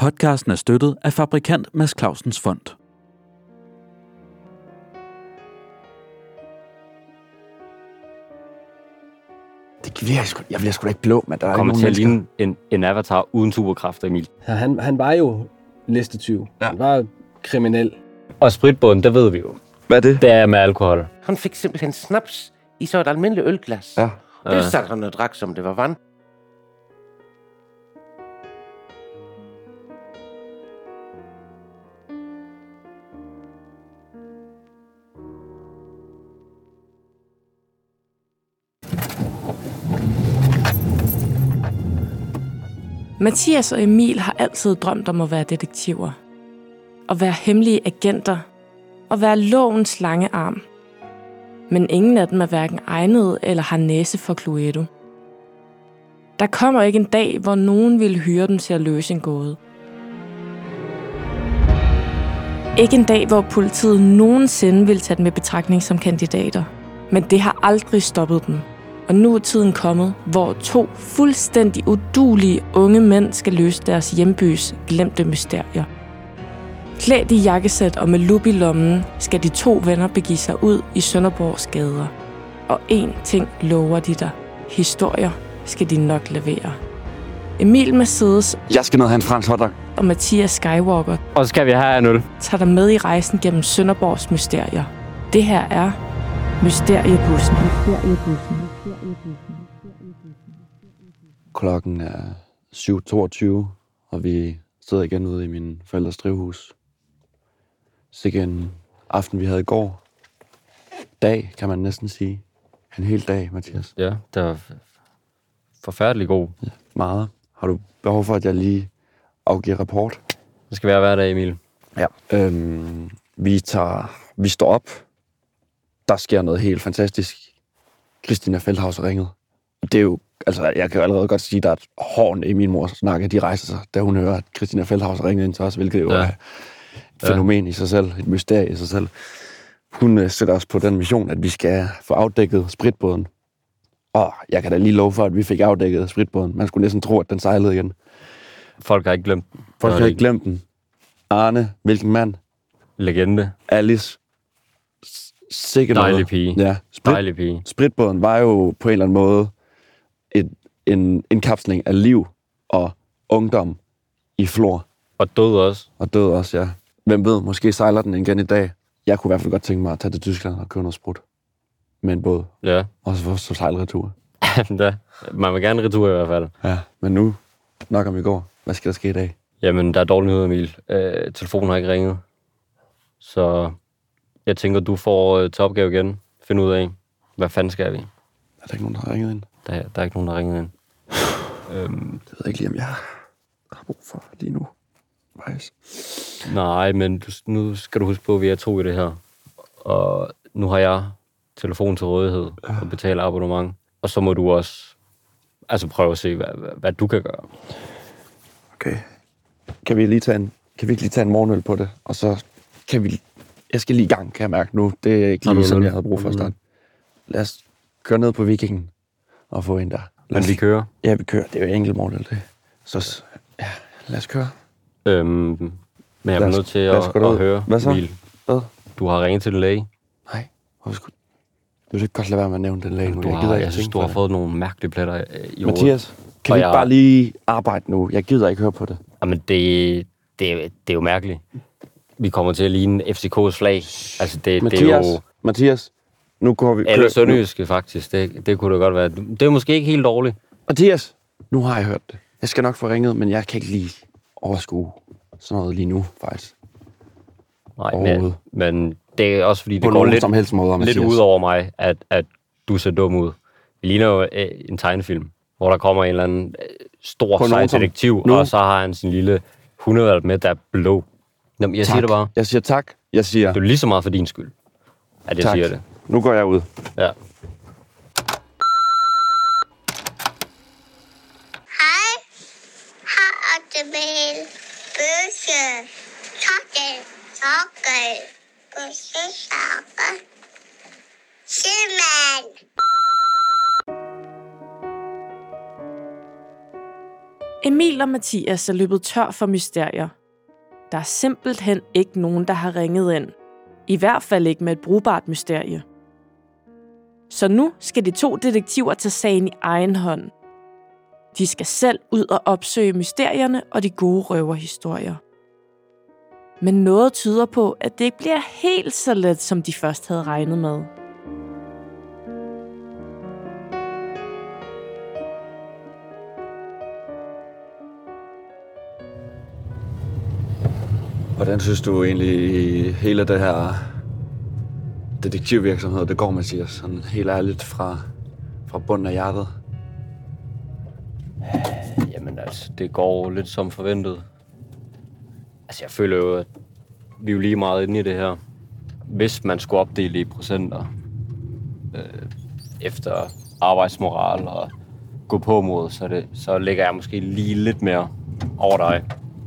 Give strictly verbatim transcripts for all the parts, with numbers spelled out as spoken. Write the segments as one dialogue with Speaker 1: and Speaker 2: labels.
Speaker 1: Podcasten er støttet af fabrikant Mads Clausens Fond.
Speaker 2: Det bliver jeg, sgu, jeg bliver sgu da ikke blå, men der er
Speaker 3: kommer
Speaker 2: ikke
Speaker 3: til at
Speaker 2: nogen
Speaker 3: ligne en, en avatar uden superkræfter, Emil.
Speaker 4: Ja, han, han var jo listetyv. Ja. Han var kriminel.
Speaker 3: Og spritbåden, der ved vi jo.
Speaker 2: Hvad er det?
Speaker 3: Det er med alkohol.
Speaker 5: Han fik simpelthen snaps i så et almindeligt ølglas.
Speaker 2: Ja.
Speaker 5: Det ja. satte han og drak, som det var vand.
Speaker 6: Mathias og Emil har altid drømt om at være detektiver. At være hemmelige agenter. Og være lovens lange arm. Men ingen af dem er hverken egnede eller har næse for Cluedo. Der kommer ikke en dag, hvor nogen vil hyre dem til at løse en gåde. Ikke en dag, hvor politiet nogensinde vil tage dem med betragtning som kandidater. Men det har aldrig stoppet dem. Og nu er tiden kommet, hvor to fuldstændig uduelige unge mænd skal løse deres hjembys glemte mysterier. Klædt i jakkesæt og med lup i lommen skal de to venner begive sig ud i Sønderborgs gader. Og én ting lover de dig. Historier skal de nok levere. Emil Mercedes
Speaker 2: Jeg skal ned og have en fransk hotdog.
Speaker 6: og Mathias Skywalker
Speaker 3: Og så skal vi have en øl.
Speaker 6: tager dig med i rejsen gennem Sønderborgs mysterier. Det her er Mysteriebussen. Mysteriebussen.
Speaker 2: Klokken er syv toogtyve, og vi sidder igen ude i min forældres drivhus. Sikke en aften, vi havde i går. Dag, kan man næsten sige. En hel dag, Mathias.
Speaker 3: Ja, det var forfærdelig god.
Speaker 2: Ja, meget. Har du behov for, at jeg lige afgiver rapport?
Speaker 3: Det skal være hver dag, Emil.
Speaker 2: Ja. Øhm, vi, tager, vi står op. Der sker noget helt fantastisk. Christina Feldhaus har ringet. Og det er jo, altså jeg kan jo allerede godt sige, at der er et horn i min mors snakke. De rejser sig, da hun hører, at Christina Feldhaus har ringet ind til os, hvilket jo ja. er et fænomen ja. i sig selv, et mysterie i sig selv. Hun øh, sætter os på den mission, at vi skal få afdækket spritbåden. Og jeg kan da lige love for, at vi fik afdækket spritbåden. Man skulle næsten tro, at den sejlede igen.
Speaker 3: Folk har ikke glemt den.
Speaker 2: Folk har ikke glemt den. Arne, hvilken mand?
Speaker 3: Legende.
Speaker 2: Alice. Sikke noget.
Speaker 3: Dejlig pige.
Speaker 2: Ja. Sprit,
Speaker 3: Dejlig pige.
Speaker 2: Spritbåden var jo på en eller anden måde et, en indkapsling af liv og ungdom i Flor.
Speaker 3: Og død også.
Speaker 2: Og død også, ja. Hvem ved, måske sejler den igen i dag. Jeg kunne i hvert fald godt tænke mig at tage til Tyskland og købe noget sprut. Med en båd.
Speaker 3: Ja.
Speaker 2: Og så få så sejlretur.
Speaker 3: da. Man vil gerne retur i hvert fald.
Speaker 2: Ja, men nu, nok om i går. Hvad skal der ske i dag?
Speaker 3: Jamen, der er dårlig nyhed, Emil. Øh, telefonen har ikke ringet. Så jeg tænker, du får øh, til opgave igen. Find ud af, hvad fanden skal vi?
Speaker 2: Er der ikke nogen, der har ringet ind?
Speaker 3: Der, der er ikke nogen, der har ringet ind. øhm,
Speaker 2: Det ved jeg ikke lige, om jeg har brug for lige nu. Faktisk.
Speaker 3: nej, men du, nu skal du huske på, at vi er to i det her. Og nu har jeg telefon til rådighed og betaler abonnement. Og så må du også altså prøve at se, hvad, hvad, hvad du kan gøre.
Speaker 2: Okay. Kan vi lige tage en, kan vi ikke lige tage en morgenøl på det? Og så kan vi... Jeg skal lige i gang, kan jeg mærke nu. Det er ikke lige, som jeg havde brug for at starte. Lad os køre ned på Vikingen og få en der.
Speaker 3: Men vi kører.
Speaker 2: Ja, vi kører. Det er jo enkelt morgenøl, det. Så ja, lad os køre.
Speaker 3: Øhm, men jeg er nødt til at, at høre,
Speaker 2: Hvad så?
Speaker 3: Emil.
Speaker 2: Hvad?
Speaker 3: Du har ringet til en læge.
Speaker 2: Nej, hvorfor skulle... Du vil ikke godt lade være med at nævne den læge nu.
Speaker 3: Du
Speaker 2: jeg
Speaker 3: har,
Speaker 2: gider ikke
Speaker 3: jeg synes, du har fået nogle mærkelige pletter i hovedet.
Speaker 2: Mathias, kan
Speaker 3: Og
Speaker 2: vi ikke
Speaker 3: jeg...
Speaker 2: bare lige arbejde nu? Jeg gider ikke høre på det.
Speaker 3: Jamen, det, det, det er jo mærkeligt. Vi kommer til at ligne F C K's flag. Altså, det,
Speaker 2: Mathias,
Speaker 3: det er jo...
Speaker 2: Mathias, nu går vi...
Speaker 3: Alle sønderjyske, faktisk. Det, det kunne det godt være. Det er måske ikke helt dårligt.
Speaker 2: Mathias, nu har jeg hørt det. Jeg skal nok få ringet, men jeg kan ikke lige overskue sådan noget lige nu, faktisk.
Speaker 3: Nej, men, men det er også fordi, det
Speaker 2: på
Speaker 3: går lidt,
Speaker 2: som helst måder,
Speaker 3: lidt ud over mig, at, at du ser dum ud. Vi ligner jo øh, en tegnefilm, hvor der kommer en eller anden øh, stor, sej detektiv, nu. Og så har han sin lille hundevalp med, der er blå. Jamen, jeg tak. siger det bare.
Speaker 2: Jeg siger tak. Jeg siger...
Speaker 3: Det er lige så meget for din skyld, at jeg
Speaker 2: tak.
Speaker 3: siger det.
Speaker 2: Nu går jeg ud.
Speaker 3: Ja.
Speaker 7: Hej. Har du med bøsse? Tokke. Tokke. Bøsse. Tokke. Simpelthen.
Speaker 6: Emil og Mathias er løbet tør for mysterier. Der er simpelthen ikke nogen, der har ringet ind. I hvert fald ikke med et brugbart mysterie. Så nu skal de to detektiver tage sagen i egen hånd. De skal selv ud og opsøge mysterierne og de gode røverhistorier. Men noget tyder på, at det ikke bliver helt så let, som de først havde regnet med.
Speaker 2: Hvordan synes du egentlig hele det her detektivvirksomhed, det går, Mathias? Sådan helt ærligt fra, fra bunden af hjertet.
Speaker 3: Jamen altså, det går lidt som forventet. Altså, jeg føler jo, at vi er jo lige meget inde i det her. Hvis man skulle opdele i procenter øh, efter arbejdsmoral og gå på mod, så, det, så lægger jeg måske lige lidt mere over dig.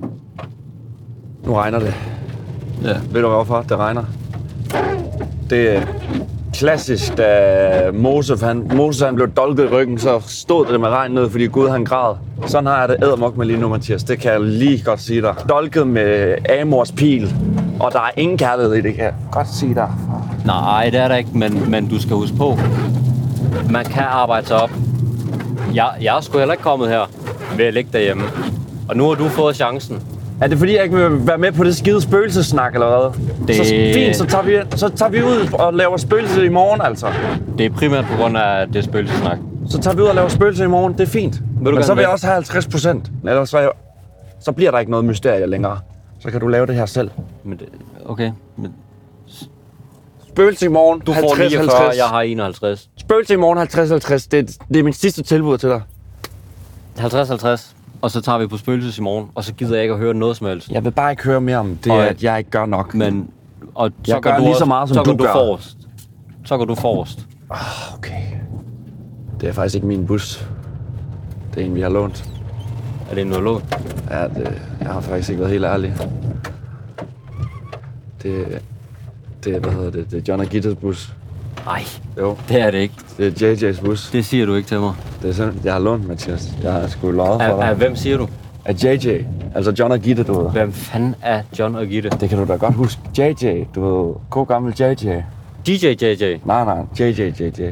Speaker 2: Nu regner det. Ja. Ved du hvorfor det regner? Det er klassisk, da Moses han, Moses, han blev dolket i ryggen, så stod det med regn ned, fordi Gud han græd. Sådan har jeg det eddermok med lige nu, Mathias. Det kan jeg lige godt sige dig. Dolket med Amors pil, og der er ingen kærlighed i det, kan jeg godt sige dig.
Speaker 3: Nej, det er der ikke, men, men du skal huske på, man kan arbejde sig op. Jeg, jeg er sgu heller ikke kommet her ved at ligge derhjemme, og nu har du fået chancen.
Speaker 2: Er det fordi, jeg ikke vil være med på det skide spøgelsesnak, eller hvad?
Speaker 3: Det...
Speaker 2: Så fint, så tager, vi, så tager vi ud og laver spøgelse i morgen, altså.
Speaker 3: Det er primært på grund af det spøgelsesnak.
Speaker 2: Så tager vi ud og laver spøgelse i morgen, det er fint. Men så vil jeg også have halvtreds procent. Ellers så, jeg, så bliver der ikke noget mysterie længere. Så kan du lave det her selv.
Speaker 3: Men det, okay, men...
Speaker 2: Spøgelse i morgen,
Speaker 3: du får niogfyrre, jeg har enoghalvtreds.
Speaker 2: Spøgelse i morgen, halvtreds halvtreds. Det, det er min sidste tilbud til dig.
Speaker 3: halvtreds halvtreds. Og så tager vi på spøgelses i morgen, og så gider jeg ikke at høre noget som helst.
Speaker 2: Jeg vil bare ikke høre mere om det, og, at jeg ikke gør nok.
Speaker 3: Men, og så
Speaker 2: jeg gør
Speaker 3: du
Speaker 2: lige
Speaker 3: også,
Speaker 2: så meget, som
Speaker 3: så
Speaker 2: du,
Speaker 3: du
Speaker 2: gør.
Speaker 3: Forrest. Så går du forrest.
Speaker 2: Oh, okay. Det er faktisk ikke min bus. Det er en, vi har lånt.
Speaker 3: Er det en, du har lånt?
Speaker 2: Ja, det, jeg har faktisk ikke været helt ærlig. Det, det er, hvad hedder det, det er John og Gittes bus.
Speaker 3: Nej,
Speaker 2: jo.
Speaker 3: Det er det ikke.
Speaker 2: Det er J J's bus.
Speaker 3: Det siger du ikke til mig.
Speaker 2: Det er sådan, jeg har lånt, Mathias. Jeg har sgu løjet for dig.
Speaker 3: Af hvem siger du?
Speaker 2: Af J J. Altså John og Gitte, du ved.
Speaker 3: Hvem fanden er John og Gitte?
Speaker 2: Det kan du da godt huske. J J, du ved. God gammel J J.
Speaker 3: D J J J?
Speaker 2: Nej, nej. J J J J.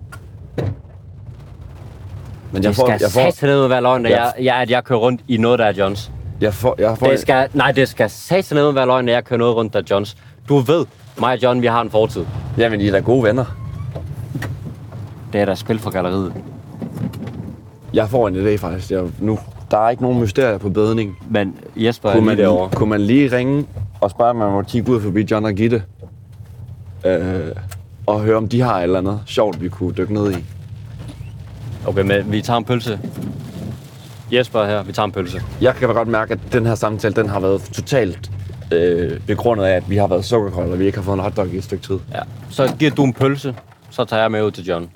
Speaker 3: Men jeg det får, skal satanede være løgn, at jeg, jeg, at jeg kører rundt i noget, der er Johns.
Speaker 2: Jeg får, jeg får
Speaker 3: det skal, nej, det skal satanede være løgn, at jeg kører noget rundt, der er Johns. Du ved, mig og John, vi har en fortid.
Speaker 2: Jamen, I er da gode venner.
Speaker 3: Det er da spil for galleriet.
Speaker 2: Jeg får en idé faktisk. Jeg, nu, der er ikke nogen mysterier på bedningen.
Speaker 3: Men Jesper er
Speaker 2: kunne man,
Speaker 3: lige derovre.
Speaker 2: Kunne man lige ringe og spørge, om man må kigge ud forbi John og Gitte? Øh, og høre, om de har et eller andet sjovt, vi kunne dykke ned i.
Speaker 3: Okay, men vi tager en pølse. Jesper her, vi tager en pølse.
Speaker 2: Jeg kan godt mærke, at den her samtale, den har været totalt øh, begrundet af, at vi har været sukkerkold, og vi ikke har fået en hotdog i et stykke tid.
Speaker 3: Ja, så giver du en pølse, så tager jeg med ud til John.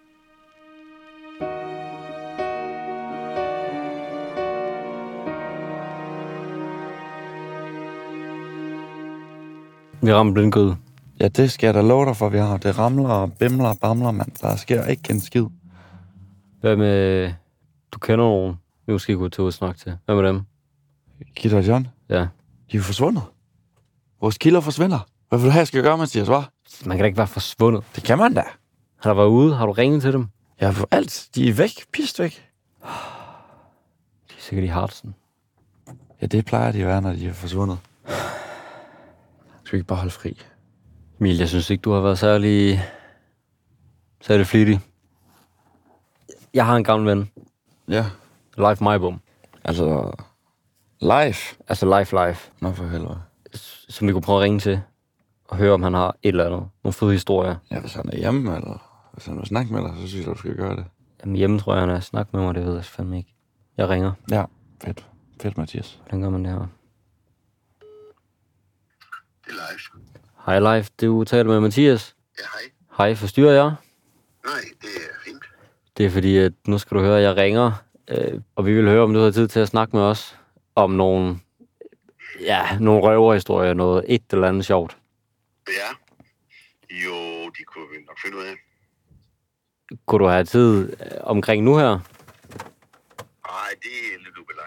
Speaker 3: Vi rammer blindgød.
Speaker 2: Ja, det skal jeg da love dig for, vi har. Det ramler og bimler og bamler, mand. Der sker ikke en skid.
Speaker 3: Hvad med... Du kender nogen, vi måske kunne tage ud og snakke til. Hvad med dem?
Speaker 2: Gitte og John?
Speaker 3: Ja.
Speaker 2: De er forsvundet. Vores kilder forsvinder. Hvad vil du have, jeg skal gøre, Mathias, hva'?
Speaker 3: Man kan da ikke være forsvundet.
Speaker 2: Det kan man da.
Speaker 3: Har du været ude? Har du ringet til dem?
Speaker 2: Ja, for alt. De er væk. Pist væk.
Speaker 3: De er sikkert i Hartsen.
Speaker 2: Ja, det plejer de at være, når de er forsvundet. Skal vi ikke bare holde fri?
Speaker 3: Emil, jeg synes ikke, du har været særlig... særlig flittig. Jeg har en gammel ven.
Speaker 2: Ja.
Speaker 3: Life Mybom.
Speaker 2: Altså... Live?
Speaker 3: Altså life, life.
Speaker 2: Nå, for helvede.
Speaker 3: Som vi kunne prøve at ringe til. Og høre, om han har et eller andet. Nogle fede historier.
Speaker 2: Ja, hvis han er hjemme, eller hvis han vil snakke med dig, så synes jeg, du skal gøre det.
Speaker 3: Jamen hjemme tror jeg, han er snak med mig, det ved jeg fandme ikke. Jeg ringer.
Speaker 2: Ja, fedt. Fedt, Mathias.
Speaker 3: Hvordan gør man det her?
Speaker 8: Det er live.
Speaker 3: Hej live, du taler med Mathias.
Speaker 8: Ja, hej.
Speaker 3: Hej, forstyrrer jeg?
Speaker 8: Nej, det er fint.
Speaker 3: Det er fordi, at nu skal du høre, at jeg ringer. Øh, og vi vil høre, om du har tid til at snakke med os. Om nogle, ja, nogle røverhistorier, noget et eller andet sjovt.
Speaker 8: Ja. Jo, de kunne vi nok finde ud af.
Speaker 3: Kunne du have tid omkring nu her?
Speaker 8: Nej, det er lidt ubelejligt.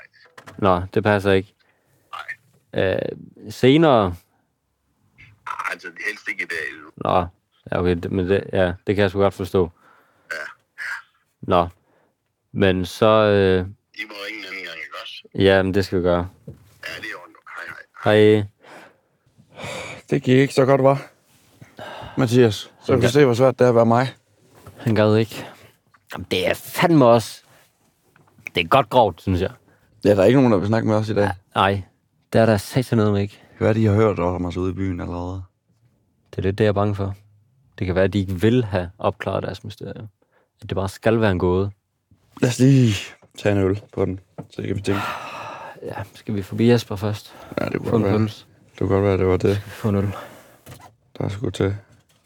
Speaker 3: Nå, det passer ikke.
Speaker 8: Nej.
Speaker 3: Øh, senere...
Speaker 8: Altså, helst ikke i dag.
Speaker 3: Nå, ja, okay, det, men det, ja, det kan jeg sgu godt forstå.
Speaker 8: Ja.
Speaker 3: Nå, men så... Øh,
Speaker 8: I må ringe en anden gang, ikke også?
Speaker 3: ja, men det skal vi gøre.
Speaker 8: Ja, det er ordentligt. Hej, hej.
Speaker 3: Hej.
Speaker 2: Det gik ikke så godt, var. Mathias, så kan du se, hvor svært det er at være mig.
Speaker 3: Han gad ikke. Jamen, det er fandme også... Det er godt grovt, synes jeg.
Speaker 2: Ja, der er ikke nogen, der vil snakke med os i dag.
Speaker 3: Nej, det er der satan noget med ikke.
Speaker 2: Det kan være, de har hørt om os ude i byen allerede.
Speaker 3: Det er lidt det, jeg er bange for. Det kan være, at de ikke vil have opklaret deres mysterie. At det bare skal være en gåde.
Speaker 2: Lad os lige tage en øl på den, så kan vi tænke.
Speaker 3: Ja, skal vi forbi Jesper først?
Speaker 2: Ja, det kunne
Speaker 3: Få en
Speaker 2: godt være.
Speaker 3: pølse.
Speaker 2: Det kunne godt være, det var det,
Speaker 3: Få en øl.
Speaker 2: der er sgu til.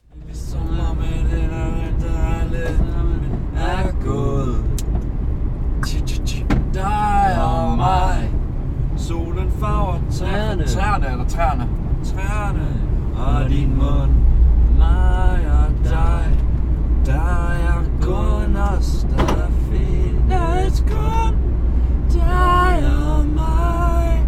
Speaker 9: Dig og mig. Solen farver træerne. Træerne eller træerne? Træerne og din mund. Mig og dig. Der er kun os, der findes kun dig og mig.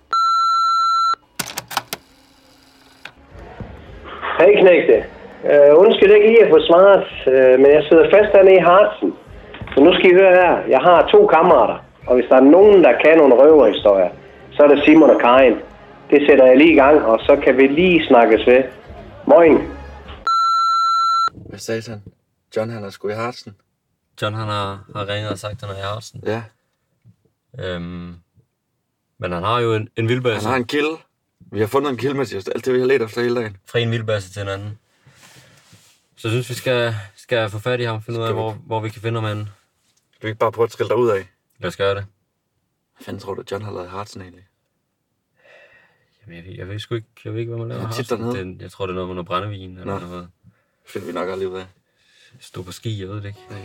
Speaker 10: Hej knægte. Uh, undskyld ikke lige at få svaret, uh, men jeg sidder fast dernede i Hartsen. Så nu skal I høre her. Jeg har to kammerater, og hvis der er nogen, der kan nogle røverhistorier, så er det Simon og Karin. Det sætter jeg lige i gang, og så kan vi lige snakkes ved. Moin.
Speaker 2: Hvad satan? John, han er sgu i Hartsen.
Speaker 3: John, han har, har ringet og sagt, at han er i Hartsen.
Speaker 2: Ja.
Speaker 3: Øhm, men han har jo en, en vildbæsse.
Speaker 2: Han har en kilde. Vi har fundet en kilde, Mathias. Alt det, vi har let efter hele dagen.
Speaker 3: Fra en vildbæsse til en anden. Så jeg synes, vi skal, skal få fat i ham og finde ud af, hvor, hvor vi kan finde ham henne.
Speaker 2: Du ikke bare prøve at trille dig ud af?
Speaker 3: Lad os gøre det.
Speaker 2: Hvad fanden tror du, John har lavet i Hartsen egentlig?
Speaker 3: Jamen, jeg, ved, jeg ved sgu ikke, jeg ved ikke, hvad man laver i
Speaker 2: Jeg tit
Speaker 3: Hartsen.
Speaker 2: dernede.
Speaker 3: Det, jeg tror, det er noget med noget brændevin eller
Speaker 2: Nå.
Speaker 3: noget.
Speaker 2: Finder vi nok aldrig ud af.
Speaker 3: Stå på ski, jeg ved det ikke.
Speaker 2: Nej.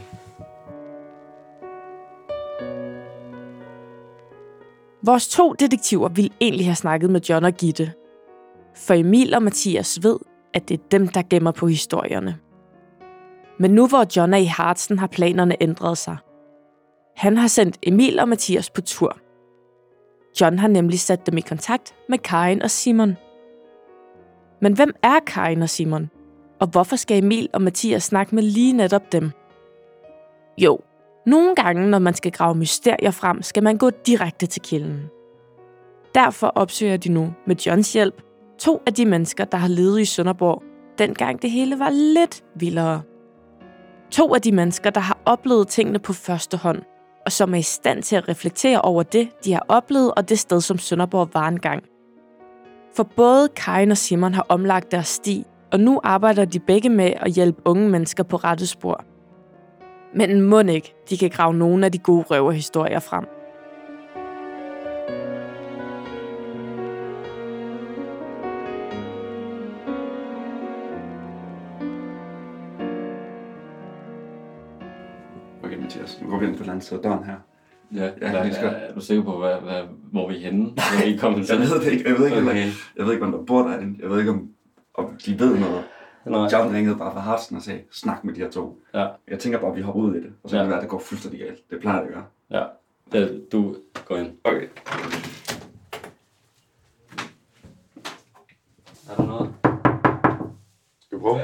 Speaker 6: Vores to detektiver ville egentlig have snakket med John og Gitte. For Emil og Mathias ved, at det er dem, der gemmer på historierne. Men nu hvor John er i Hartsen, har planerne ændret sig. Han har sendt Emil og Mathias på tur. John har nemlig sat dem i kontakt med Karin og Simon. Men hvem er Karin og Simon? Og hvorfor skal Emil og Mathias snakke med lige netop dem? Jo, nogle gange, når man skal grave mysterier frem, skal man gå direkte til kilden. Derfor opsøger de nu med Johns hjælp to af de mennesker, der har levet i Sønderborg, dengang det hele var lidt vildere. To af de mennesker, der har oplevet tingene på første hånd, og som er i stand til at reflektere over det, de har oplevet, og det sted, som Sønderborg var engang. For både Karin og Simon har omlagt deres sti, og nu arbejder de begge med at hjælpe unge mennesker på rette spor. Men mon ikke, de kan grave nogle af de gode røverhistorier frem.
Speaker 2: Okay, Mathias. Nu går vi ind på den anden side af døren her.
Speaker 3: Ja,
Speaker 2: Ja,
Speaker 3: ja,
Speaker 2: vi skal-
Speaker 3: er, er du sikker på, hvad, hvad, hvor vi er henne? Hvor vi er kommet
Speaker 2: Jeg ved det ikke. Jeg ved ikke,
Speaker 3: Okay.
Speaker 2: jeg ved ikke, om der bor derinde. Jeg ved ikke, om, om de ved noget.
Speaker 3: Nej.
Speaker 2: John ringede bare fra Hartsen og sagde, snak med de her to.
Speaker 3: Ja.
Speaker 2: Jeg tænker bare, at vi hopper ud i det. Og så
Speaker 3: Ja.
Speaker 2: kan det være, at det går fuldstændig galt. Det plejer det at gøre.
Speaker 3: Ja, det, du går ind.
Speaker 2: Okay.
Speaker 3: Er der noget?
Speaker 2: Skal vi prøve?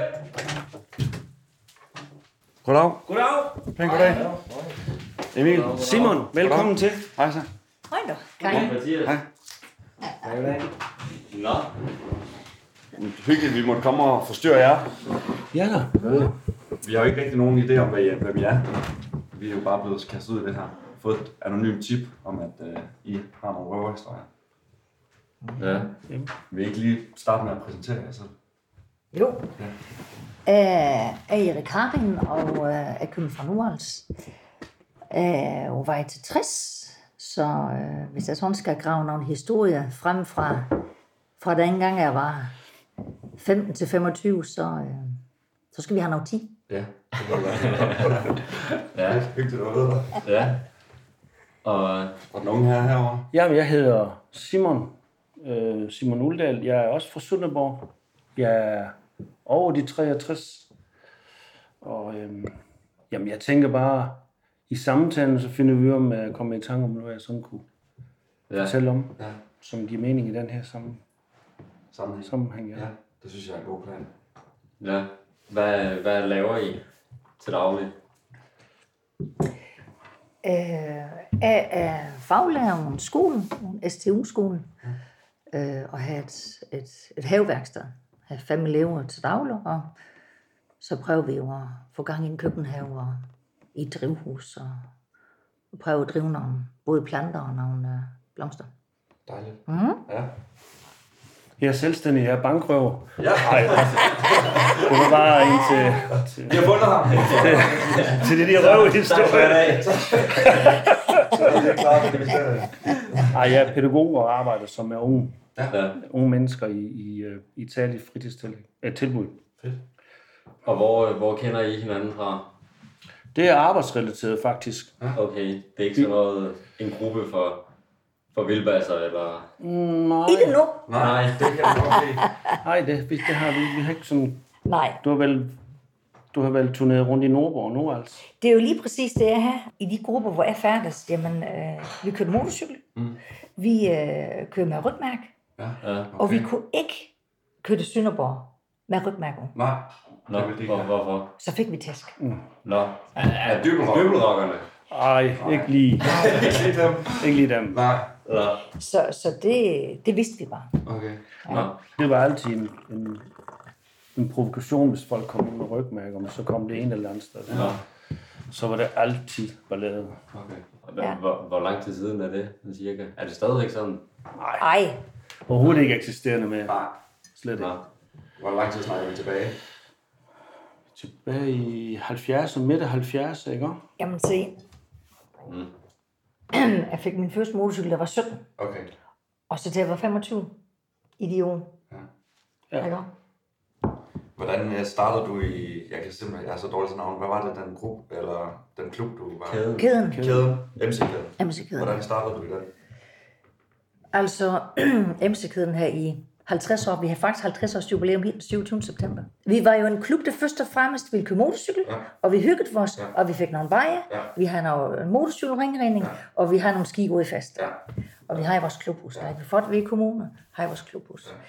Speaker 2: Goddag.
Speaker 9: Goddag.
Speaker 2: Pæn goddag. Emil.
Speaker 9: Simon, velkommen til.
Speaker 2: Hej så.
Speaker 11: Hej da, Karin.
Speaker 3: Mathias.
Speaker 2: Hej.
Speaker 3: Nå.
Speaker 2: Hyggeligt, vi måtte komme og forstyrre jer.
Speaker 9: Ja da.
Speaker 2: Vi har jo ikke rigtig nogen idé om, hvad I, hvad vi er. Vi er jo bare blevet kastet ud i det her. Fået et anonymt tip om, at uh, I har nogle røverhistorier.
Speaker 3: Ja.
Speaker 2: Vil I ikke lige starte med at præsentere jer selv?
Speaker 11: Jo. Jeg er Erik Karin, og øh, jeg kommer fra Nordals. Jeg er på vej til tres, så øh, hvis jeg sådan skal grave nogle historier frem fra, fra den gang, jeg var femten til femogtyve, så, øh, så skal vi have noget tid.
Speaker 3: Ja, det kan være. Ja,
Speaker 2: Hyggeligt at vide dig.
Speaker 3: ja. Og
Speaker 2: Og der nogen her herovre?
Speaker 4: Jamen, jeg hedder Simon. Øh, Simon Uldal. Jeg er også fra Sønderborg. Jeg er over de treogtres. Og øhm, jamen, jeg tænker bare, i samtalen, så finder vi ud af, om jeg kommer i tanke om, hvad jeg sådan kunne ja. fortælle om,
Speaker 9: ja.
Speaker 4: som giver mening i den her sammen,
Speaker 9: sammenhæng.
Speaker 4: sammenhæng ja.
Speaker 9: ja, det synes jeg er en god plan.
Speaker 3: Ja, hvad, hvad laver I til daglig?
Speaker 11: Øh, jeg er faglærer om skolen, S T U-skolen, øh, og har et, et, et haveværksted. Jeg har fem elever til daglig, og så prøver vi jo at få gang i en køkkenhave og i et drivhus, og prøve at drive nogle både planter og nogle øh, blomster.
Speaker 9: Dejligt.
Speaker 11: Mm.
Speaker 9: Ja.
Speaker 4: Jeg er selvstændig, jeg er bankrøver.
Speaker 9: Ja.
Speaker 4: Ej, det var bare en til... til
Speaker 9: Vi har fundet ham.
Speaker 4: til, til det de røvehistorier. Ej, jeg er pædagog og arbejder som med unge,
Speaker 3: Ja.
Speaker 4: unge mennesker i, i, i et særligt fritidstilbud.
Speaker 9: Fedt.
Speaker 3: Og hvor, hvor kender I hinanden fra?
Speaker 4: Det er arbejdsrelateret faktisk.
Speaker 3: Okay, det er ikke sådan noget, en gruppe for, for vildbasser, eller...
Speaker 4: Nej.
Speaker 11: Ikke nu.
Speaker 3: Nej,
Speaker 9: det kan jeg godt lide.
Speaker 4: Nej, det, det har vi, vi har ikke sådan...
Speaker 11: Nej.
Speaker 4: Du har vel, du har vel turneret rundt i Nordborg og Nordals?
Speaker 11: Det er jo lige præcis det, jeg har. I de grupper, hvor jeg færdes, jamen, øh, vi kører motorcykel. Mm. Vi øh, kører med rygmærk.
Speaker 9: Ja. Ja, okay.
Speaker 11: Og vi kunne ikke køre til Sønderborg med rygmærker.
Speaker 9: Nej.
Speaker 3: Nå, hvor, hvorfor?
Speaker 11: Så fik vi tæsk.
Speaker 4: Mm.
Speaker 3: Nå, er dybelrockerne?
Speaker 4: Ej, ikke lige.
Speaker 9: Ikke lige dem.
Speaker 4: Ikke lige dem.
Speaker 9: Nej.
Speaker 3: Nå.
Speaker 11: Så, så det, det vidste vi bare.
Speaker 9: Okay.
Speaker 3: Nå.
Speaker 4: Det var altid en, en, en provokation, hvis folk kom ind med rygmærker, men så kom det en eller andet sted.
Speaker 3: Nå.
Speaker 4: Så var det altid ballade.
Speaker 3: Okay. Ja. Hvor, hvor lang tid siden er det, cirka? Er det stadigvæk sådan?
Speaker 4: Nej.
Speaker 11: Ej.
Speaker 4: Overhovedet ikke eksisterende med.
Speaker 9: Nej.
Speaker 4: Slet ikke.
Speaker 9: Hvor lang tid snakker vi tilbage?
Speaker 4: Tilbage i halvfjerdserne, midt af halvfjerdserne, ikke?
Speaker 11: Jamen se.
Speaker 3: Mm.
Speaker 11: Jeg fik min første motorcykel, der var sytten.
Speaker 9: Okay.
Speaker 11: Og så til jeg var femogtyve. I de år.
Speaker 4: Ja.
Speaker 11: Ikke?
Speaker 9: Hvordan startede du i, jeg kan simpelthen, jeg er så dårlig til navn, hvad var det, den gruppe, eller den klub, du var?
Speaker 3: Kæden.
Speaker 11: Kæden.
Speaker 9: Kæden. M C-kæden.
Speaker 11: M C-kæden.
Speaker 9: Hvordan startede du i den?
Speaker 11: Altså, M C-kæden her i halvtreds år. Vi har faktisk halvtreds års jubilæum helt den syvogtyvende september. Vi var jo en klub, der først og fremmest ville køre motorcykel, ja. Og vi hyggede os, ja. Og vi fik nogle veje. Ja. Vi har nogle motorcykelringredning, ja. Og vi har nogle ski ude fast. Ja. Og vi har i vores klubhus. Ja. Der vi fået ved kommuner, har i vores klubhus. Ja.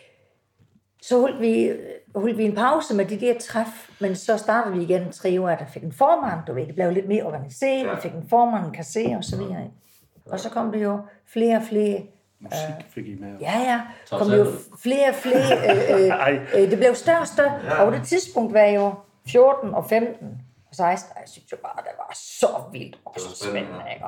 Speaker 11: Så holdt vi, holdt vi en pause med de der træf, men så startede vi igen tre år, der fik en formand, du ved, det blev lidt mere organiseret, ja. Vi fik en formand, en kasse og så videre. Og så kom det jo flere og flere.
Speaker 4: Musik fik I med.
Speaker 11: Ja, ja. Så kom jo flere og flere. Øh, øh, det blev større og større. Ja. Og det tidspunkt var jo fjorten og femten og seksten. Jeg synes jo bare, det var så vildt og så spændende. Ikke?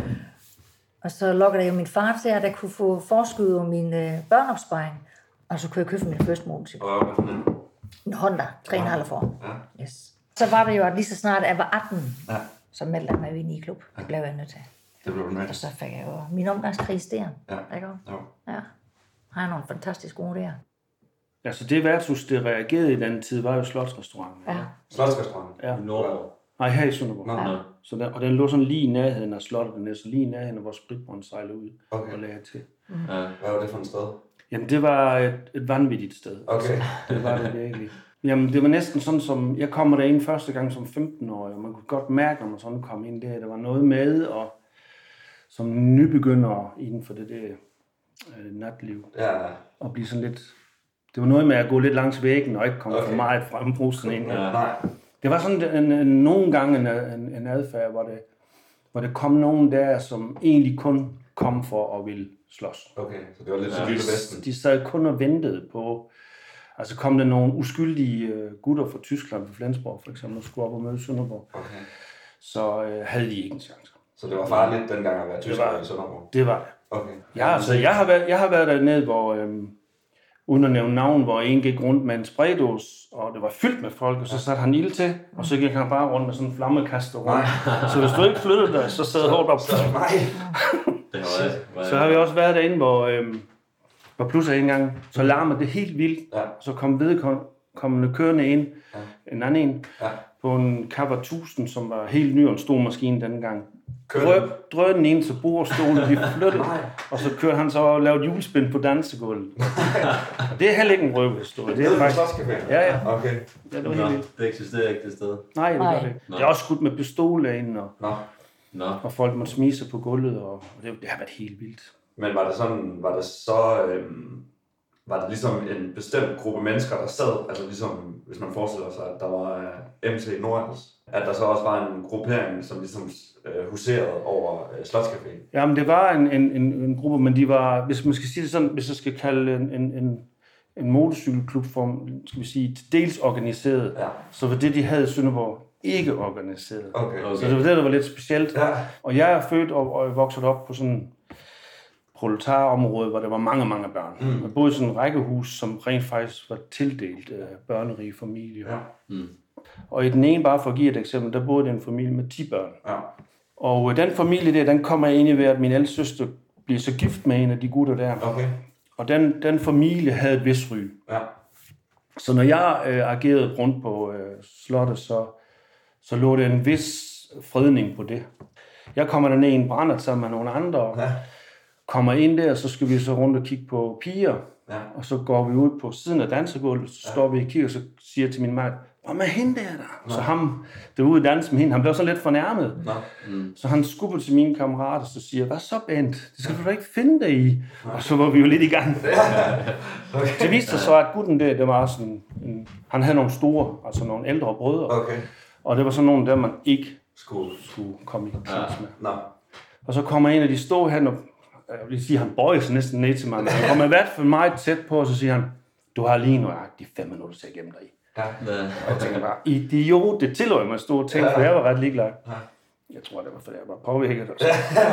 Speaker 11: Og så lukkede jeg jo min far til, at jeg kunne få forskud om min øh, børneopsparing. Og så kunne jeg købe min første motorcykel. En Honda, tre komma fem år. Ja. Yes. Så var det jo, at lige så snart jeg var atten, ja. Så meldte jeg mig ind i en klub. Det blev jeg nødt til.
Speaker 9: Det blev du nødt til.
Speaker 11: Og så fik jeg jo min omgangskrig der.
Speaker 9: Ja.
Speaker 11: Ikke?
Speaker 9: Jo.
Speaker 11: Ja. Har jeg nogle fantastiske gode der.
Speaker 4: Ja, så det værtshus, det reagerede i den tid, var jo Slotsrestauranten.
Speaker 11: Ja.
Speaker 9: Slotsrestauranten?
Speaker 4: Ja.
Speaker 3: I Nordborg?
Speaker 4: Nej, her i Sønderborg.
Speaker 3: Nå, ja.
Speaker 4: Så der, og den lå sådan lige i nærheden af slottet, den er så lige i nærheden af vores spritbrønd sejlede ud
Speaker 9: okay.
Speaker 4: og lagde til.
Speaker 3: Mm.
Speaker 9: Ja. Hvad var det for et sted?
Speaker 4: Jamen, det var et, et vanvittigt sted.
Speaker 9: Okay.
Speaker 4: Altså, det var det virkelig. Jamen, det var næsten sådan, som jeg kommer derind første gang som femten-årig, og man kunne godt mærke, når man sådan kom ind der, der var noget med, og som nybegynder inden for det der øh, natliv.
Speaker 9: Ja.
Speaker 4: Og blive sådan lidt... Det var noget med at gå lidt langs væggen, og ikke komme okay. for meget frem på sådan en.
Speaker 9: Ja. Nej.
Speaker 4: Det var sådan en, en, nogle gange en, en, en adfærd, hvor det, hvor det kom nogen der, som egentlig kun kom for at ville slås.
Speaker 9: Okay, så det var lidt så vildt vesten.
Speaker 4: De sad kun og ventede på... Altså kom der nogle uskyldige gutter fra Tyskland, fra Flensborg for eksempel, og skulle op og møde Sønderborg.
Speaker 9: Okay.
Speaker 4: Så øh, havde de ikke en chance.
Speaker 9: Så det var farligt dengang at være tysker i Sønderborg?
Speaker 4: Det var det.
Speaker 9: Okay.
Speaker 4: Ja, altså, jeg har været, jeg har været dernede, hvor, øhm, uden at nævne navn, hvor en gik rundt med en spraydås, og det var fyldt med folk, og så satte han ild til, og så gik han bare rundt med sådan en flammekaster rundt. Så hvis du ikke flyttede dig, så sad hårdt op. Så har vi også været derinde, hvor, øhm, hvor pludselig en gang, så larmede det helt vildt, ja. Så kom vedkommende kørende ind, ja. En anden en, ja. På en Kappa tusind, som var helt ny og en stor maskine denne gang. Drøb, drøb den ind til bordstolen, de flyttede, og så kørte han så og lavede julespind på dansegulvet. Det er heller ikke en røvehistorie. Det er faktisk... Ja, ja.
Speaker 9: Okay.
Speaker 4: Ja, det var helt vildt.
Speaker 3: Det eksisterer ikke det sted?
Speaker 4: Nej, det gør det ikke. Det er også skudt med pistoler ind, og,
Speaker 3: Nå. Nå.
Speaker 4: og folk måtte smige sig på gulvet, og det, det har været helt vildt.
Speaker 9: Men var det sådan, var det så, øhm, var det ligesom en bestemt gruppe mennesker, der sad, altså ligesom, hvis man forestiller sig, at der var uh, M T Nordals, at der så også var en gruppering, som ligesom uh, huserede over uh, Slotscaféen?
Speaker 4: Jamen, det var en, en, en, en gruppe, men de var, hvis man skal sige det sådan, hvis jeg skal kalde en, en, en, en motorcykelklub for, skal vi sige, dels organiseret, ja. Så var det, de havde i Sønderborg, ikke organiseret.
Speaker 9: Okay, okay.
Speaker 4: Så det var det, der var lidt specielt.
Speaker 9: Ja.
Speaker 4: Og jeg er født og, og vokset op på sådan proletarområde, hvor der var mange, mange børn. Mm. Jeg boede i sådan en rækkehus, som rent faktisk var tildelt af børnerige familier. Ja. Mm. Og i den ene, bare for at give et eksempel, der boede en familie med ti børn. Ja. Og den familie der, den kommer ind i ved, at min ældste søster bliver så gift med en af de gutter der.
Speaker 9: Okay.
Speaker 4: Og den, den familie havde et vist ry. Ja. Så når jeg øh, agerede rundt på øh, slottet, så, så lå der en vis fredning på det. Jeg kommer derned i en brændert sammen med nogle andre, og ja. Kommer ind der, så skal vi så rundt og kigge på piger. Ja. Og så går vi ud på siden af dansegulvet, så står ja. Vi og kigger, og så siger jeg til min mand, hvad med hende der der? Ja. Så ham, der var ude at danse med hende, han blev så lidt fornærmet. Ja. Mm. Så han skubber til mine kammerater, og så siger, hvad så Bent? Det skal du da ikke finde dig i. Ja. Og så var vi jo lidt i gang. Ja. Okay. Det viste sig så, at gutten der, det var sådan, en, han havde nogle store, altså nogle ældre brødre. Okay. Og det var sådan nogle der, man ikke skulle, skulle komme i kontakt ja. Med. No. Og så kommer en af de store hen, og jeg vil sige, han bøjer sig næsten ned til mig, men han kommer i hvert fald meget tæt på, og så siger han, du har lige nøjagtigt fem minutter til at gemme dig i. Ja. Og jeg tænker bare, idiot, det tillod mig at stå og tænke, for jeg var ret ligeglad. Ja. Jeg tror, det var, fordi jeg var påvirket. Og så,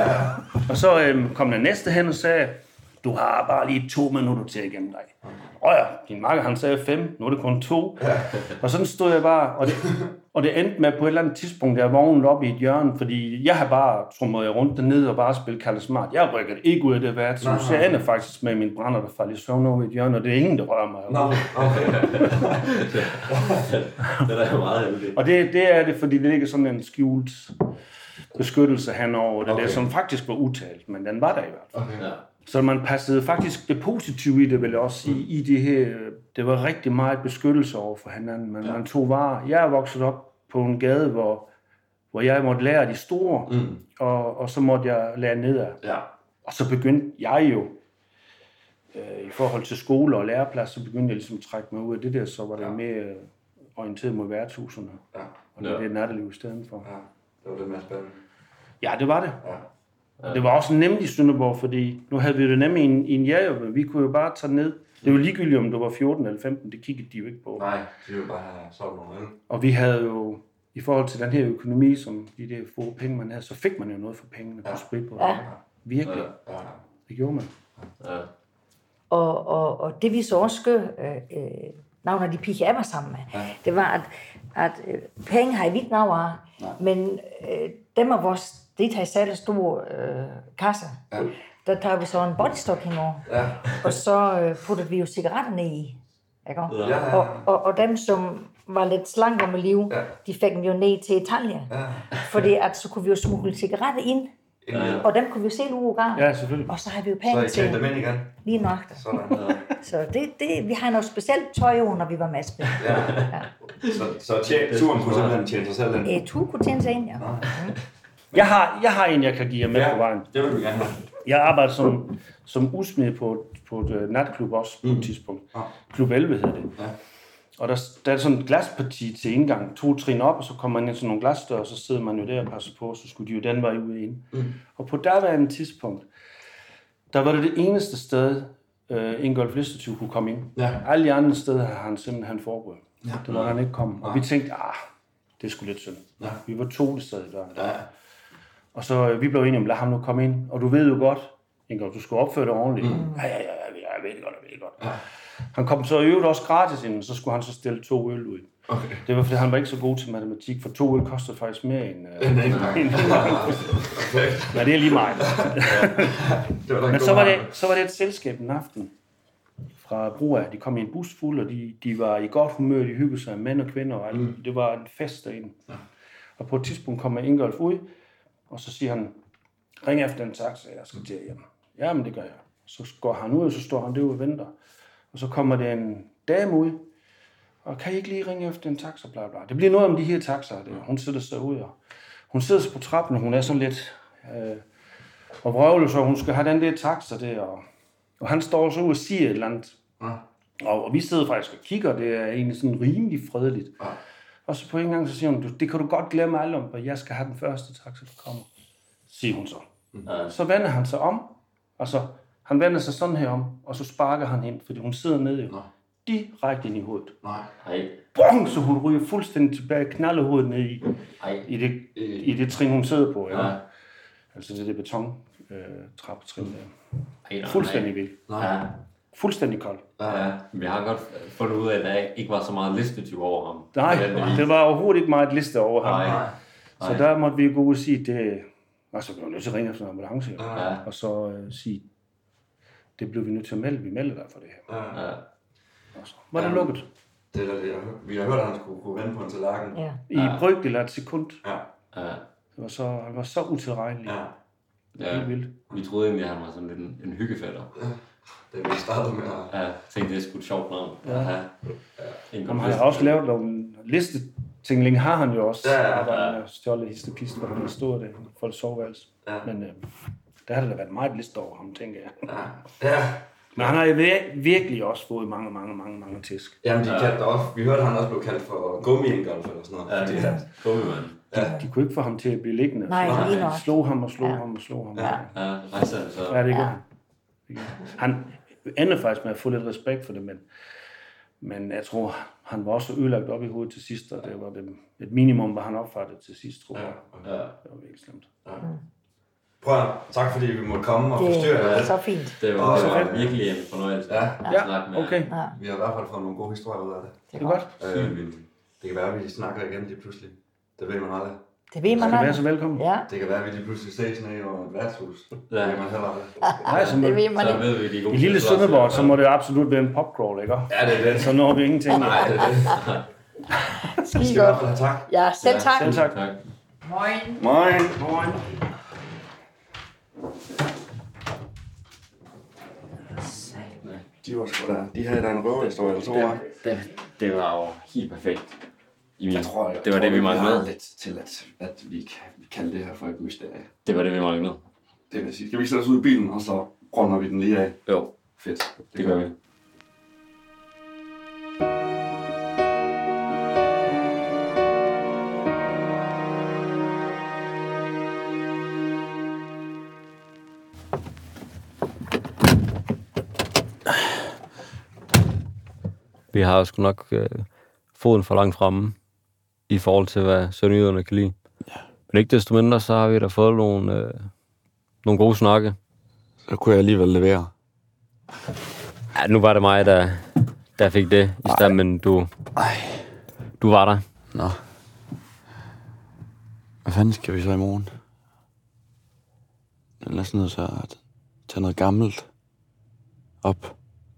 Speaker 4: og så øhm, kom der næste hen og sagde, du har bare lige to minutter til at gemme dig. Og ja, din makker, han sagde fem, nu er det kun to. Ja. Og sådan stod jeg bare, og det, og det endte med på et eller andet tidspunkt, jeg vågnede op i et hjørne, fordi jeg har bare trummet rundt dernede og bare spillet Kalle Smart. Jeg rykker det ikke ud af det værd, så jeg ender faktisk med min brænder, der falder i søvn over i et hjørne, og det er ingen, der rører mig.
Speaker 9: Nå, okay. Det er da meget heldigt.
Speaker 4: Og det, det er det, fordi det ligger sådan en skjult beskyttelse henover det, okay. Der, som faktisk var udtalt, men den var der i hvert fald. Okay, ja. Så man passede faktisk det positive i det, vil jeg også sige, mm. i det her, det var rigtig meget beskyttelse over for hinanden, men ja. Man tog vare. Jeg er vokset op på en gade, hvor, hvor jeg måtte lære de store, mm. og, og så måtte jeg lære nedad. Ja. Og så begyndte jeg jo, øh, i forhold til skole og læreplads, så begyndte jeg ligesom at trække mig ud af det der, så var det ja. Mere orienteret mod værtshusene, ja. Og det var ja. Det natteliv i stedet for.
Speaker 9: Ja, det var det mere spændende.
Speaker 4: Ja, det var det. Ja. Ja. Det var også nemt i Sønderborg, fordi nu havde vi det nemt i en, i en jæger, men vi kunne jo bare tage ned. Det var ligegyldigt, om du var fjorten eller femten, det kiggede de jo ikke på.
Speaker 9: Nej, de ville bare have solgt nogle øl.
Speaker 4: Og vi havde jo, i forhold til den her økonomi, som de der få penge, man havde, så fik man jo noget for pengene på ja. Sprit på. Ja. Virkelig. Ja. Ja. Det gjorde man.
Speaker 11: Ja. Og, og, og det vi så også gør, øh, øh, nogle af de piger, jeg var sammen med, ja. Det var, at, at øh, penge har i vidt navn, ja. Men øh, dem af vores, det har i særlig store øh, kasser. Ja. Der tager vi så en bodystocking over, ja. Og så øh, putter vi jo cigaretterne i. Ikke? Ja, ja, ja. Og, og, og dem, som var lidt slankere med liv, ja. De fik dem jo ned til Italien. Ja. Fordi at, så kunne vi jo smugle cigaretter ind, ja. Og dem kunne vi jo sælge uge gang.
Speaker 4: Ja, selvfølgelig.
Speaker 11: Og så har vi jo penge til.
Speaker 9: Så I dem ind igen?
Speaker 11: Lige nok. Sådan, ja. Så det, det, vi har noget specielt tøj over, når vi var med at spille. Ja.
Speaker 9: Ja. Så, så tjene, turen kunne simpelthen tjene sig selv ind?
Speaker 11: Ja, turen kunne tjene sig ind, ja. Mm.
Speaker 4: Jeg har, jeg har en, jeg kan give jer med
Speaker 9: ja,
Speaker 4: på vejen.
Speaker 9: Det vil du gerne have.
Speaker 4: Jeg arbejder som, som udsmed på, på et natklub også på mm. et tidspunkt. Ja. Klub elleve hedder det. Ja. Og der, der er sådan et glasparti til indgang, to trin op, og så kommer man ind til nogle glasdøre, og så sidder man jo der og passer på, så skulle de jo den vej ud ind. Mm. Og på derværende tidspunkt, der var det det eneste sted, uh, Ingolf Listertyv kunne komme ind. Ja. Alle de andre steder har han simpelthen forberedt. Ja. Det var han ikke komme. Ja. Og vi tænkte, ah, det er sgu lidt synd. Ja. Vi var to det sted der. Ja. Og så uh, vi blev enige om, lad ham nu komme ind. Og du ved jo godt, Ingolf, du skulle opføre dig ordentligt. Mm. Ja, ja, ja, jeg ved det godt, jeg ved det godt. Ja. Han kom så i øvrigt også gratis ind, så skulle han så stille to øl ud. Okay. Det var fordi, han var ikke så god til matematik, for to øl kostede faktisk mere end... Uh, en, en, en, ja, det er lige meget. Ja. Men så var, det, så var det et selskab en aften fra Broa. De kom i en bus fuld, og de, de var i godt humør, de hyggede sig, mænd og kvinder, og mm. det var en fest derinde. Ja. Og på et tidspunkt kommer Ingolf ud, og så siger han, ring efter en taxa, jeg skal til hjem. Jamen, det gør jeg. Så går han ud, og så står han derude og venter. Og så kommer der en dame ud, og kan I ikke lige ringe efter en taxa, bla bla. Det bliver noget om de her taxaer der. Hun sidder så ud, og hun sidder så på trappen, og hun er sådan lidt, øh, og vrøvler så, hun skal have den der taxa der, og, og han står så ud og siger et eller andet. Ja. Og, og vi sidder faktisk og kigger, det er egentlig sådan rimelig fredeligt. Ja. Og så på en gang, så siger hun, det kan du godt glemme alle om, og jeg skal have den første taxa, der kommer, siger hun så. Ja. Så vender han sig om, og så, han vender sig sådan her om, og så sparker han hende, fordi hun sidder nede jo. Direkte ind i hovedet. Nej. Bong, så hun ryger fuldstændig tilbage, knalder hovedet ned i, i, det, i det trin, hun sidder på. Ja. Ja. Altså det der beton øh, trappetrin der. Fuldstændig vildt. Ja. Fuldstændig kold.
Speaker 3: Ja, vi har godt fundet ud af, at der ikke var så meget listetyv over ham.
Speaker 4: Nej, det var overhovedet ikke meget liste over ham. Nej. Så Nej. Der måtte vi gå ud og sige, det... Altså, vi var nødt til at ringe efter en ambulance. Ja. Og så øh, sige, det blev vi nødt til at melde. Vi melder dig for det her. Ja. Og så var det ja. lukket.
Speaker 9: Det er det, jeg Vi har hørt, at han skulle kunne vende på en tallerken.
Speaker 4: Ja. I ja. brygdel af et sekund.
Speaker 9: Ja.
Speaker 3: Ja.
Speaker 4: Det var så, han var så utilregnelig. Ja.
Speaker 3: Det er helt vildt. Vi troede egentlig, at han var sådan lidt en, en hyggefætter. Ja.
Speaker 9: Det vi startede med at...
Speaker 3: Ja, tænkte, det er sgu et sjovt navn.
Speaker 4: Ja. Ja. Han har også lavet nogle listetingling, har han jo også. Ja, ja, ja. Han har stjålet histopist, hvor han har stået det i folks soveværelse. Ja. Men øh, der har der været meget liste over ham, tænker jeg.
Speaker 9: Ja. Ja.
Speaker 4: Men han har jo virkelig også fået mange, mange, mange, mange tisk.
Speaker 9: Jamen, de kaldte også... Vi hørte, at han også blev kaldt for gummi-ingolf eller sådan noget.
Speaker 3: Ja, det er gummimand.
Speaker 4: De, ja. de kunne ikke få ham til at blive liggende.
Speaker 11: Nej,
Speaker 4: så
Speaker 11: lige nok.
Speaker 4: De slog ham og slog ja. ham og slog ham.
Speaker 3: Ja, ja, rejser det så.
Speaker 4: Ja, det gør han. Ja. Han ender faktisk med at få lidt respekt for det, men, men jeg tror, han var også ødelagt op i hovedet til sidst, og det var det, et minimum, hvad han opfattede til sidst, tror jeg. Ja. Ja. Det var virkelig slemt. Ja.
Speaker 9: Prøv at, tak fordi vi måtte komme og forstyrre jer.
Speaker 11: Det er så fint.
Speaker 3: Det var, det var virkelig en fornøjelse.
Speaker 9: Ja,
Speaker 4: ja. okay.
Speaker 9: Ja. Vi har i hvert fald fået nogle gode historier ud af det.
Speaker 4: Det er godt.
Speaker 9: Øh, det kan være, at vi snakker igen lige pludselig. Det ved man aldrig.
Speaker 11: Det ved man
Speaker 4: aldrig. Det kan være så velkommen.
Speaker 11: Ja.
Speaker 9: Det kan være, at vi lige pludselig ses nede i et værtshus.
Speaker 3: Ja.
Speaker 9: Det kan man heller aldrig.
Speaker 4: Nej, så,
Speaker 11: det ved man
Speaker 3: så ved vi de gode.
Speaker 4: I lille Sønderborg, så må det absolut være en popcrawl, ikke?
Speaker 9: Ja, det er det.
Speaker 4: Så når vi ingenting.
Speaker 9: Nej, det er det.
Speaker 11: Skide godt.
Speaker 9: Tak.
Speaker 11: Ja, selv tak.
Speaker 4: Selv tak.
Speaker 3: tak.
Speaker 11: Moin.
Speaker 9: Moin.
Speaker 4: Moin.
Speaker 9: De var sgu da, de havde da en røverhistorie, eller så var
Speaker 3: det, det var jo helt perfekt. I
Speaker 9: jeg tror, jeg,
Speaker 3: det var
Speaker 9: tror,
Speaker 3: det, vi manglede.
Speaker 9: lidt til, at, at vi kan vi kalde det her for et mysterie.
Speaker 3: Det var det, vi manglede.
Speaker 9: Det vil sige, skal vi sætte os ud i bilen, og så runder vi den lige af?
Speaker 3: Jo.
Speaker 9: Fedt.
Speaker 3: Det, det gør vi. Vi har sgu nok øh, foden for langt fremme i forhold til, hvad sønderjyderne kan lide. Ja. Men ikke desto mindre, så har vi da fået nogle, øh, nogle gode snakke.
Speaker 2: Så kunne jeg alligevel levere.
Speaker 3: Ja, nu var det mig, der, der fik det i stand, men du, du var der.
Speaker 2: Nå. Hvad fanden skal vi så i morgen? Det er næsten nødt til at tage noget gammelt op.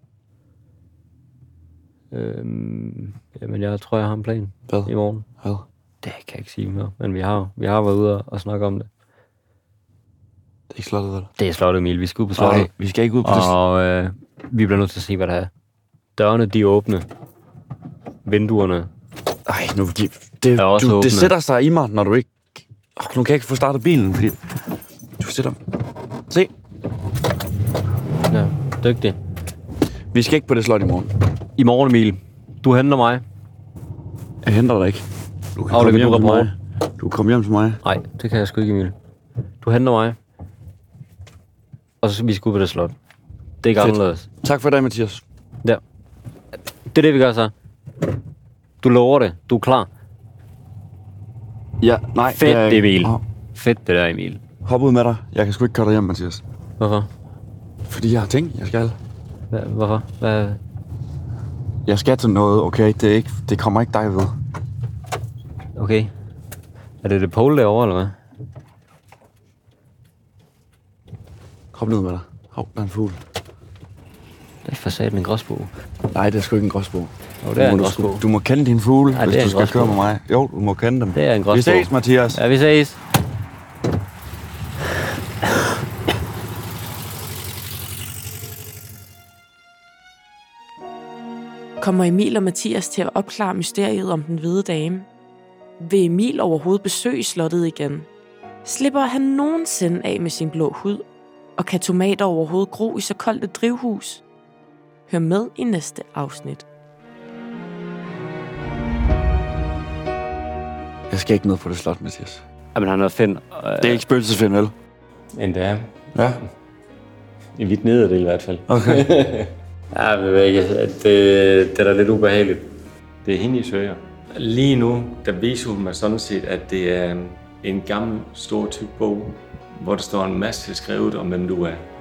Speaker 3: Øhm, jamen, jeg tror, jeg har en plan
Speaker 2: Hvad?
Speaker 3: i morgen.
Speaker 2: Hvad?
Speaker 3: Det kan jeg ikke sige mere, men vi har, vi har været ude og snakke om det.
Speaker 2: Det er ikke slottet, vel?
Speaker 3: Det er slottet, Emil. Vi skal ud på slottet.
Speaker 2: Nej, vi skal ikke ud på det.
Speaker 3: Og øh, vi bliver nødt til at se, hvad der er. Dørene, de er åbne. Vinduerne
Speaker 2: Ej, nu, det, det,
Speaker 3: er også
Speaker 2: du,
Speaker 3: åbne.
Speaker 2: det sætter sig i mig, når du ikke... Oh, nu kan jeg ikke få startet bilen, fordi... Du sætter... Se.
Speaker 3: Ja, dygtig.
Speaker 2: Vi skal ikke på det slot i morgen.
Speaker 3: I morgen, Emil. Du henter mig.
Speaker 2: Jeg henter dig ikke. Du kan
Speaker 3: Aflægger
Speaker 2: komme hjem
Speaker 3: du
Speaker 2: til
Speaker 3: rapport?
Speaker 2: mig. Du kan komme hjem til mig.
Speaker 3: Nej, det kan jeg sgu ikke, Emil. Du henter mig. Og så skal vi sgu på det slot. Det er ikke
Speaker 2: Fedt.
Speaker 3: anderledes.
Speaker 2: Tak for i dag, Mathias.
Speaker 3: Ja. Det er det, vi gør så. Du lover det. Du er klar.
Speaker 2: Ja, nej.
Speaker 3: Fedt,
Speaker 2: jeg...
Speaker 3: Emil.
Speaker 2: Oh.
Speaker 3: Fedt, det der, Emil.
Speaker 2: Hop ud med dig. Jeg kan sgu ikke køre dig hjem, Mathias.
Speaker 3: Hvorfor?
Speaker 2: Fordi jeg har ting, jeg skal.
Speaker 3: Hva, hvorfor? Hvad?
Speaker 2: Jeg skal til noget, okay? Det, er ikke, det kommer ikke dig ved.
Speaker 3: Okay. Er det det pole derovre, eller hvad?
Speaker 2: Hop ned med dig. Hov, der er en fugl.
Speaker 3: Det er for satan en gråsbog.
Speaker 2: Nej, det er sgu ikke en gråsbog.
Speaker 3: Jo, det er en
Speaker 2: du,
Speaker 3: gråsbog.
Speaker 2: du, du må kende dine fugle,
Speaker 3: Nej,
Speaker 2: hvis
Speaker 3: det er
Speaker 2: du
Speaker 3: en
Speaker 2: skal
Speaker 3: gråsbog.
Speaker 2: køre med mig. Jo, du må kende dem.
Speaker 3: Det er en gråsbog.
Speaker 2: Vi ses, Mathias.
Speaker 3: Ja, vi ses.
Speaker 6: Kommer Emil og Mathias til at opklare mysteriet om den hvide dame? Vil Emil overhovedet besøge slottet igen? Slipper han nogensinde af med sin blå hud Og kan tomater overhovedet gro i så koldt et drivhus? Hør med i næste afsnit.
Speaker 2: Jeg skal ikke med på det slot, Mathias.
Speaker 3: Jamen, han er Finn.
Speaker 2: Øh... Det er ikke spøgelsesfind, vel?
Speaker 3: Endda.
Speaker 2: Ja.
Speaker 3: I vidt nederdel i hvert fald.
Speaker 2: Okay.
Speaker 3: Ja, jeg ved ikke, at det, det er da lidt ubehageligt. Det er hende, I søger. Lige nu, der viser hun mig sådan set, at det er en gammel, stor, tyk bog, hvor der står en masse skrevet om, hvem du er.